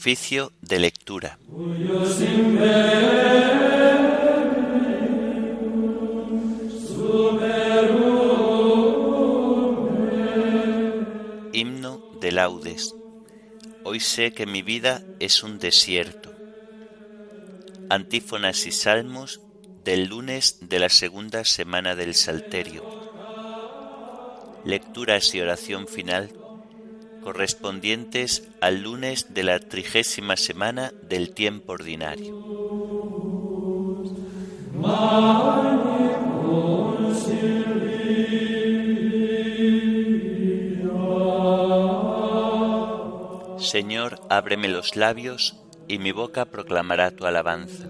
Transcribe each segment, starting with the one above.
Oficio de lectura. Himno de laudes. Hoy sé que mi vida es un desierto. Antífonas y salmos del lunes de la segunda semana del Salterio. Lecturas y oración final correspondientes al lunes de la 30ª semana del tiempo ordinario. Señor, ábreme los labios, y mi boca proclamará tu alabanza.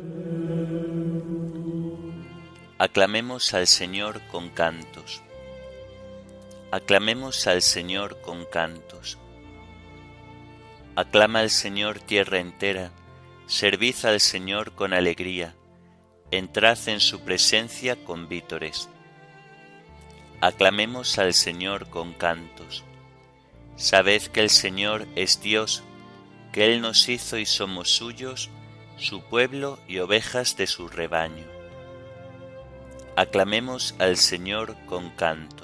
Aclamemos al Señor con cantos. Aclamemos al Señor con cantos. Aclama al Señor tierra entera, servid al Señor con alegría, entrad en su presencia con vítores. Aclamemos al Señor con cantos. Sabed que el Señor es Dios, que Él nos hizo y somos suyos, su pueblo y ovejas de su rebaño. Aclamemos al Señor con cantos.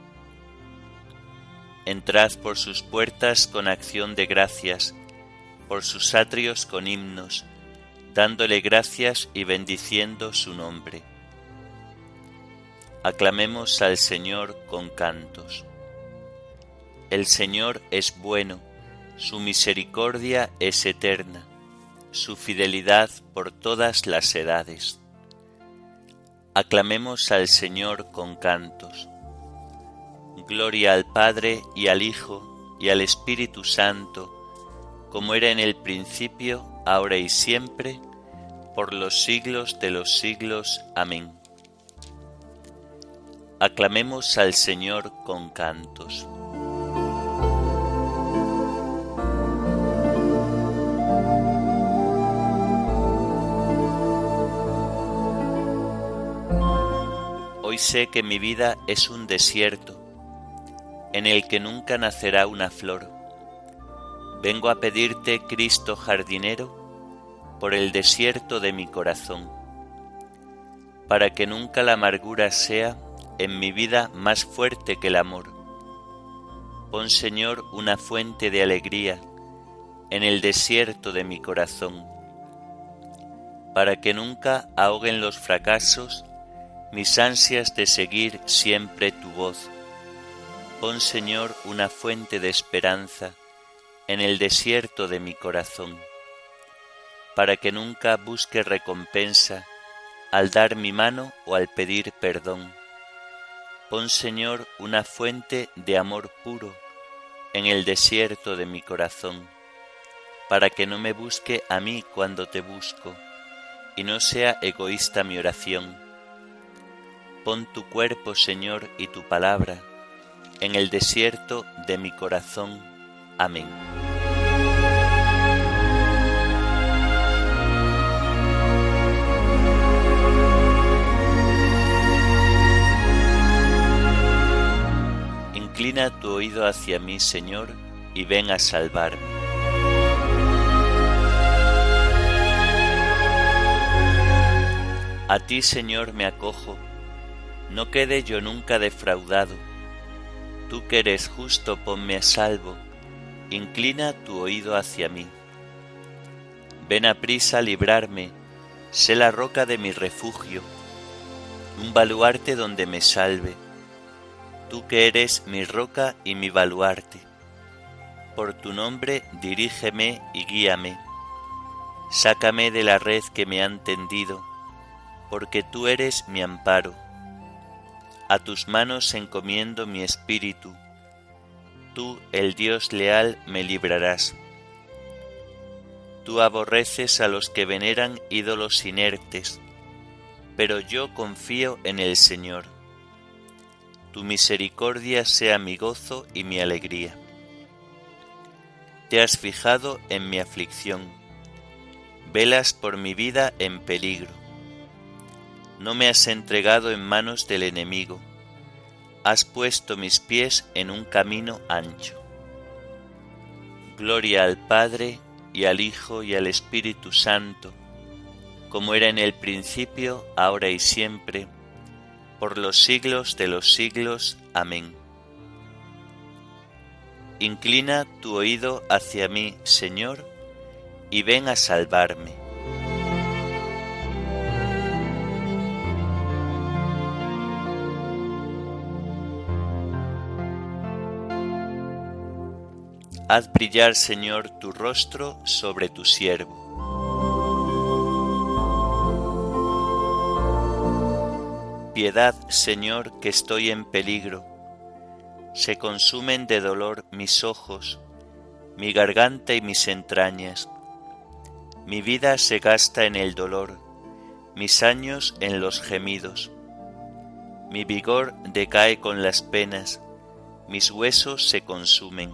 Entrad por sus puertas con acción de gracias, por sus atrios con himnos, dándole gracias y bendiciendo su nombre. Aclamemos al Señor con cantos. El Señor es bueno, su misericordia es eterna, su fidelidad por todas las edades. Aclamemos al Señor con cantos. Gloria al Padre y al Hijo y al Espíritu Santo, como era en el principio, ahora y siempre, por los siglos de los siglos. Amén. Aclamemos al Señor con cantos. Hoy sé que mi vida es un desierto, en el que nunca nacerá una flor. Vengo a pedirte, Cristo jardinero, por el desierto de mi corazón, para que nunca la amargura sea en mi vida más fuerte que el amor. Pon, Señor, una fuente de alegría en el desierto de mi corazón, para que nunca ahoguen los fracasos mis ansias de seguir siempre tu voz. Pon, Señor, una fuente de esperanza en el desierto de mi corazón, para que nunca busque recompensa al dar mi mano o al pedir perdón. Pon, Señor, una fuente de amor puro en el desierto de mi corazón, para que no me busque a mí cuando te busco, y no sea egoísta mi oración. Pon tu cuerpo, Señor, y tu palabra en el desierto de mi corazón. Amén. Inclina tu oído hacia mí, Señor, y ven a salvarme. A ti, Señor, me acojo, no quede yo nunca defraudado. Tú que eres justo, ponme a salvo, inclina tu oído hacia mí. Ven aprisa a librarme, sé la roca de mi refugio, un baluarte donde me salve. Tú que eres mi roca y mi baluarte, por tu nombre dirígeme y guíame. Sácame de la red que me han tendido, porque tú eres mi amparo. A tus manos encomiendo mi espíritu, tú, el Dios leal, me librarás. Tú aborreces a los que veneran ídolos inertes, pero yo confío en el Señor. Tu misericordia sea mi gozo y mi alegría. Te has fijado en mi aflicción, velas por mi vida en peligro. No me has entregado en manos del enemigo, has puesto mis pies en un camino ancho. Gloria al Padre, y al Hijo y al Espíritu Santo, como era en el principio, ahora y siempre, por los siglos de los siglos. Amén. Inclina tu oído hacia mí, Señor, y ven a salvarme. Haz brillar, Señor, tu rostro sobre tu siervo. Piedad, Señor, que estoy en peligro. Se consumen de dolor mis ojos, mi garganta y mis entrañas. Mi vida se gasta en el dolor, mis años en los gemidos. Mi vigor decae con las penas, mis huesos se consumen.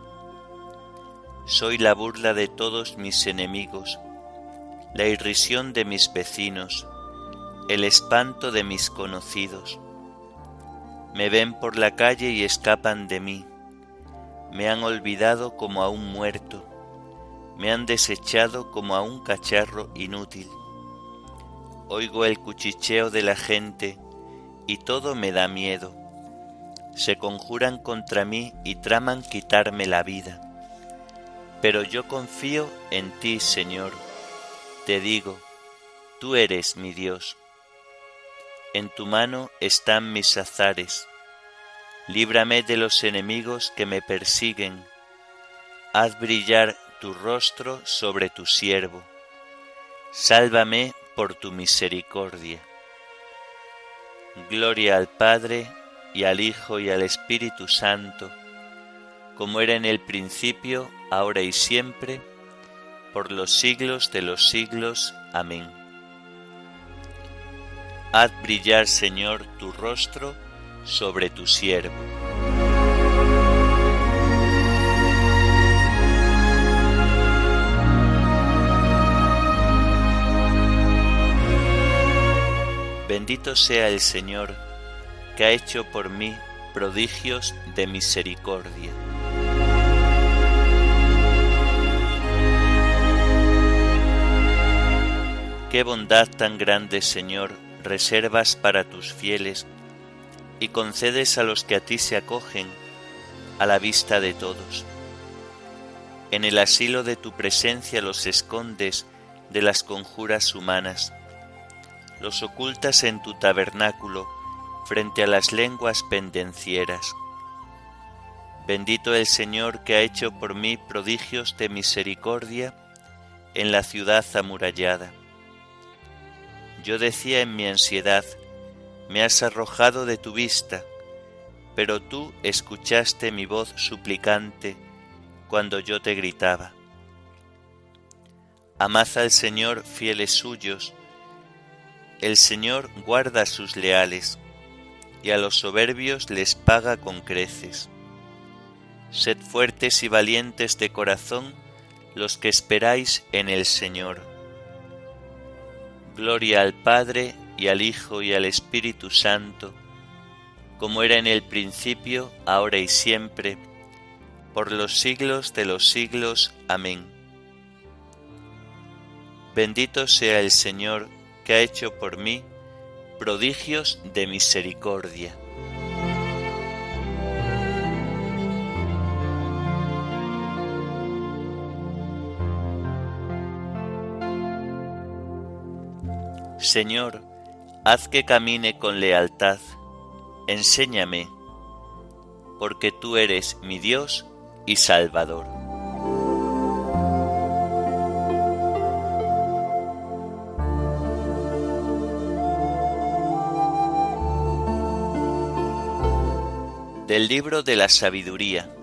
Soy la burla de todos mis enemigos, la irrisión de mis vecinos, el espanto de mis conocidos. Me ven por la calle y escapan de mí. Me han olvidado como a un muerto, me han desechado como a un cacharro inútil. Oigo el cuchicheo de la gente y todo me da miedo. Se conjuran contra mí y traman quitarme la vida. Pero yo confío en ti, Señor. Te digo, tú eres mi Dios. En tu mano están mis azares. Líbrame de los enemigos que me persiguen. Haz brillar tu rostro sobre tu siervo. Sálvame por tu misericordia. Gloria al Padre, y al Hijo, y al Espíritu Santo, como era en el principio, ahora y siempre, por los siglos de los siglos. Amén. Haz brillar, Señor, tu rostro sobre tu siervo. Bendito sea el Señor, que ha hecho por mí prodigios de misericordia. Qué bondad tan grande, Señor, reservas para tus fieles y concedes a los que a ti se acogen a la vista de todos. En el asilo de tu presencia los escondes de las conjuras humanas, los ocultas en tu tabernáculo frente a las lenguas pendencieras. Bendito el Señor que ha hecho por mí prodigios de misericordia en la ciudad amurallada. Yo decía en mi ansiedad, me has arrojado de tu vista, pero tú escuchaste mi voz suplicante cuando yo te gritaba. Amad al Señor, fieles suyos. El Señor guarda a sus leales, y a los soberbios les paga con creces. Sed fuertes y valientes de corazón los que esperáis en el Señor. Gloria al Padre, y al Hijo, y al Espíritu Santo, como era en el principio, ahora y siempre, por los siglos de los siglos. Amén. Bendito sea el Señor, que ha hecho por mí prodigios de misericordia. Señor, haz que camine con lealtad, enséñame, porque tú eres mi Dios y Salvador. Del libro de la sabiduría.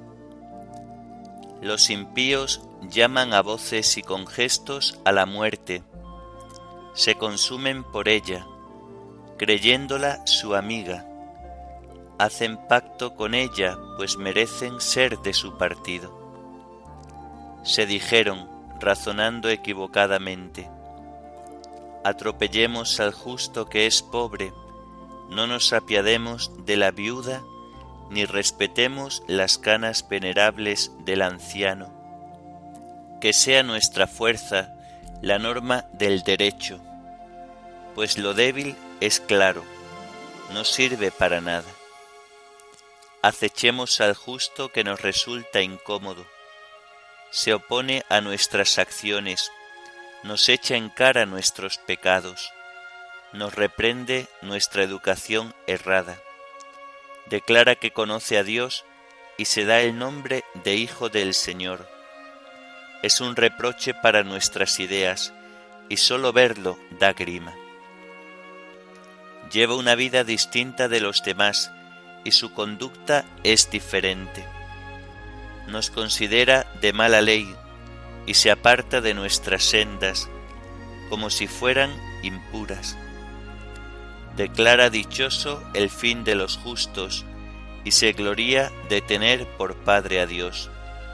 Los impíos llaman a voces y con gestos a la muerte, se consumen por ella, creyéndola su amiga. Hacen pacto con ella, pues merecen ser de su partido. Se dijeron, razonando equivocadamente, atropellemos al justo que es pobre, no nos apiademos de la viuda, ni respetemos las canas venerables del anciano. que sea nuestra fuerza la norma del derecho, pues lo débil es claro, no sirve para nada. Acechemos al justo que nos resulta incómodo, se opone a nuestras acciones, nos echa en cara nuestros pecados, nos reprende nuestra educación errada, declara que conoce a Dios y se da el nombre de Hijo del Señor. Es un reproche para nuestras ideas y solo verlo da grima. Lleva una vida distinta de los demás y su conducta es diferente. Nos considera de mala ley y se aparta de nuestras sendas como si fueran impuras. Declara dichoso el fin de los justos y se gloría de tener por Padre a Dios.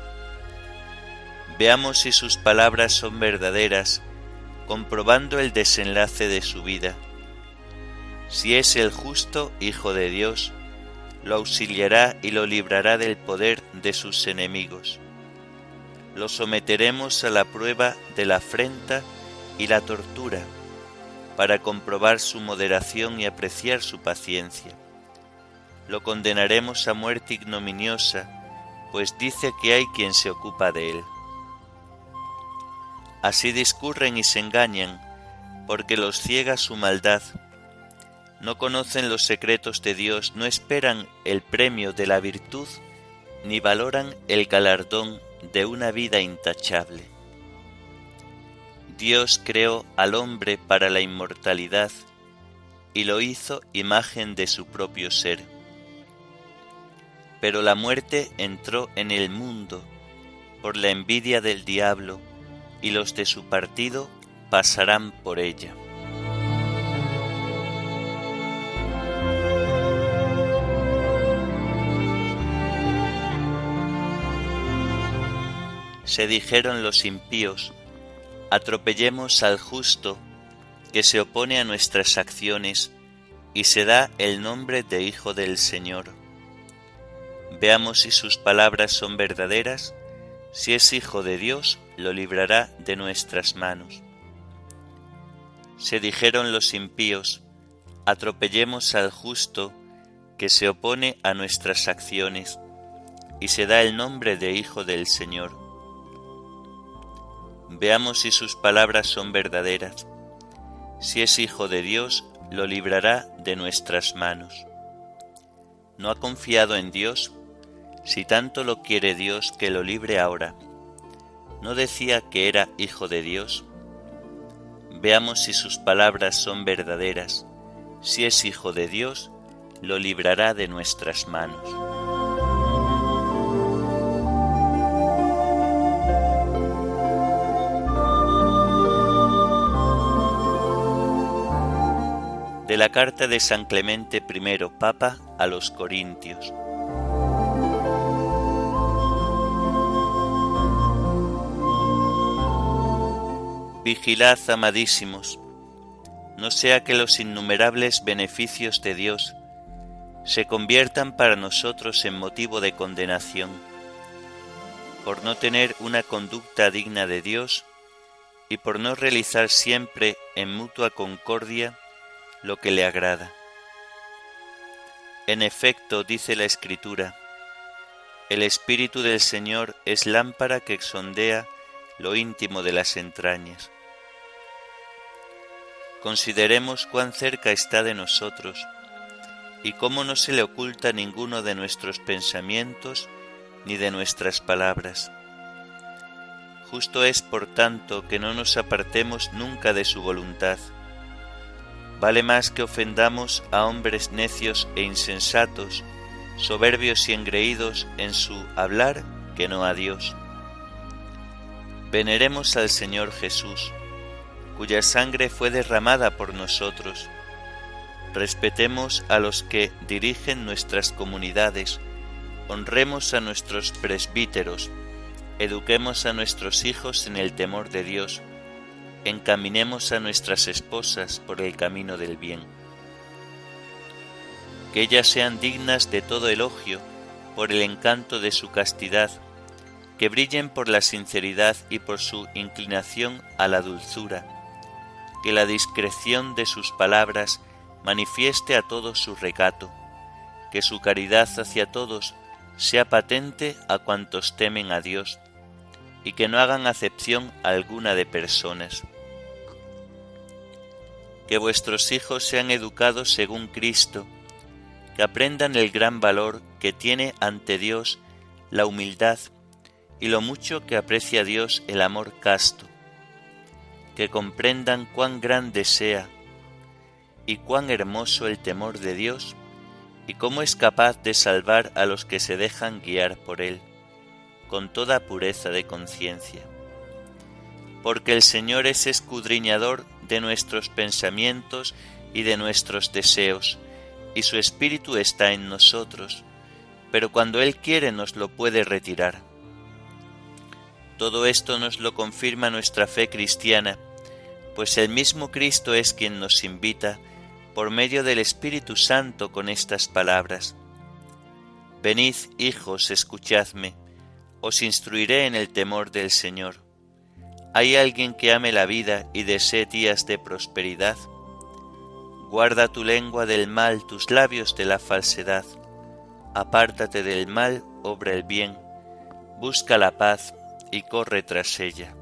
Veamos si sus palabras son verdaderas, comprobando el desenlace de su vida. Si es el justo Hijo de Dios, lo auxiliará y lo librará del poder de sus enemigos. Lo someteremos a la prueba de la afrenta y la tortura, para comprobar su moderación y apreciar su paciencia. Lo condenaremos a muerte ignominiosa, pues dice que hay quien se ocupa de él. Así discurren y se engañan, porque los ciega su maldad. No conocen los secretos de Dios, no esperan el premio de la virtud, ni valoran el galardón de una vida intachable. Dios creó al hombre para la inmortalidad y lo hizo imagen de su propio ser. Pero la muerte entró en el mundo por la envidia del diablo, y los de su partido pasarán por ella. Se dijeron los impíos: atropellemos al justo que se opone a nuestras acciones y se da el nombre de Hijo del Señor. Veamos si sus palabras son verdaderas. Si es Hijo de Dios, lo librará de nuestras manos. Se dijeron los impíos: atropellemos al justo que se opone a nuestras acciones y se da el nombre de Hijo del Señor. Veamos si sus palabras son verdaderas. Si es Hijo de Dios, lo librará de nuestras manos. ¿No ha confiado en Dios? Si tanto lo quiere Dios, que lo libre ahora. ¿No decía que era Hijo de Dios? Veamos si sus palabras son verdaderas. Si es Hijo de Dios, lo librará de nuestras manos. De la carta de San Clemente I, Papa, a los Corintios. Vigilad, amadísimos, no sea que los innumerables beneficios de Dios se conviertan para nosotros en motivo de condenación, por no tener una conducta digna de Dios y por no realizar siempre en mutua concordia lo que le agrada. En efecto, dice la Escritura, el Espíritu del Señor es lámpara que sondea lo íntimo de las entrañas. Consideremos cuán cerca está de nosotros y cómo no se le oculta ninguno de nuestros pensamientos ni de nuestras palabras. Justo es, por tanto, que no nos apartemos nunca de su voluntad. Vale más que ofendamos a hombres necios e insensatos, soberbios y engreídos en su hablar, que no a Dios. Veneremos al Señor Jesús, cuya sangre fue derramada por nosotros. Respetemos a los que dirigen nuestras comunidades, honremos a nuestros presbíteros, eduquemos a nuestros hijos en el temor de Dios, encaminemos a nuestras esposas por el camino del bien. Que ellas sean dignas de todo elogio por el encanto de su castidad, que brillen por la sinceridad y por su inclinación a la dulzura, que la discreción de sus palabras manifieste a todos su recato, que su caridad hacia todos sea patente a cuantos temen a Dios, y que no hagan acepción alguna de personas. Que vuestros hijos sean educados según Cristo, que aprendan el gran valor que tiene ante Dios la humildad y lo mucho que aprecia Dios el amor casto, que comprendan cuán grande sea y cuán hermoso el temor de Dios y cómo es capaz de salvar a los que se dejan guiar por Él, con toda pureza de conciencia. Porque el Señor es escudriñador de nuestros pensamientos y de nuestros deseos, y su Espíritu está en nosotros, pero cuando Él quiere nos lo puede retirar. Todo esto nos lo confirma nuestra fe cristiana, pues el mismo Cristo es quien nos invita, por medio del Espíritu Santo, con estas palabras: Venid, hijos, escuchadme, os instruiré en el temor del Señor. ¿Hay alguien que ame la vida y desee días de prosperidad? Guarda tu lengua del mal, tus labios de la falsedad. Apártate del mal, obra el bien, busca la paz y corre tras ella.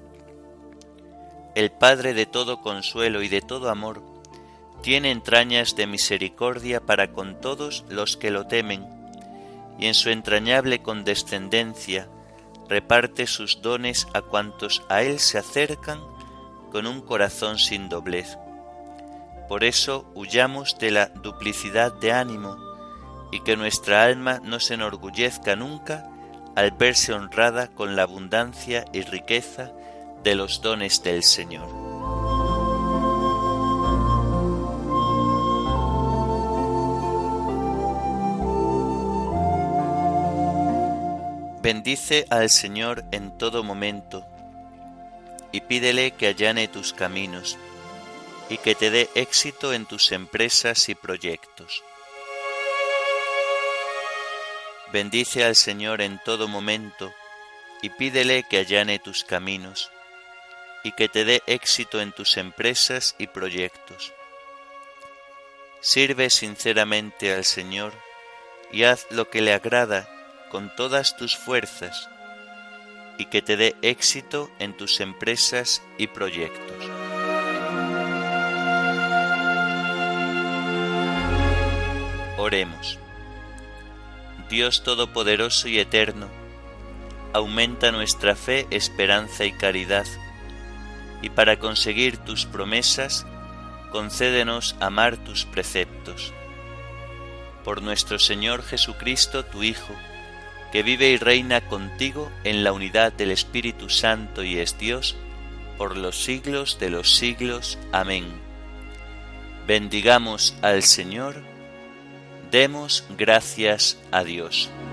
El Padre de todo consuelo y de todo amor tiene entrañas de misericordia para con todos los que lo temen, y en su entrañable condescendencia reparte sus dones a cuantos a Él se acercan con un corazón sin doblez. Por eso huyamos de la duplicidad de ánimo, y que nuestra alma no se enorgullezca nunca al verse honrada con la abundancia y riqueza de los dones del Señor. Bendice al Señor en todo momento, y pídele que allane tus caminos, y que te dé éxito en tus empresas y proyectos. Bendice al Señor en todo momento, y pídele que allane tus caminos, y que te dé éxito en tus empresas y proyectos. Sirve sinceramente al Señor, y haz lo que le agrada con todas tus fuerzas, y que te dé éxito en tus empresas y proyectos. Oremos. Dios Todopoderoso y Eterno, aumenta nuestra fe, esperanza y caridad, y para conseguir tus promesas, concédenos amar tus preceptos. Por nuestro Señor Jesucristo, tu Hijo, que vive y reina contigo en la unidad del Espíritu Santo y es Dios, por los siglos de los siglos. Amén. Bendigamos al Señor, demos gracias a Dios.